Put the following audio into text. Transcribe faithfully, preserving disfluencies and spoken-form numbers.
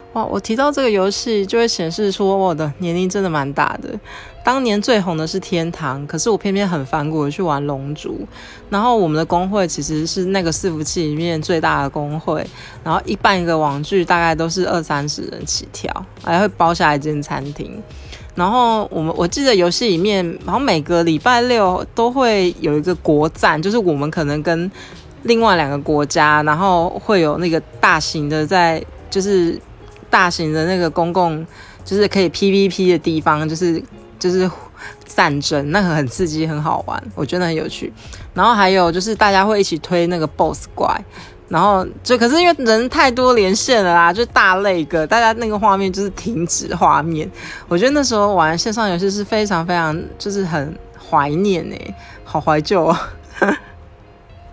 哇，我提到这个游戏就会显示出我的年龄真的蛮大的。当年最红的是天堂，可是我偏偏很反骨的去玩龙族。然后我们的公会其实是那个伺服器里面最大的公会，然后一办一个网聚大概都是二三十人起跳，还会包下一间餐厅。然后我们我记得游戏里面好像每个礼拜六都会有一个国战，就是我们可能跟另外两个国家，然后会有那个大型的在就是大型的那个公共就是可以 P V P 的地方，就是就是战争，那个很刺激很好玩，我觉得很有趣。然后还有就是大家会一起推那个 boss 怪，然后就可是因为人太多连线了啦，就大累个，大家那个画面就是停止画面。我觉得那时候玩线上游戏是非常非常就是很怀念耶，好怀旧哦。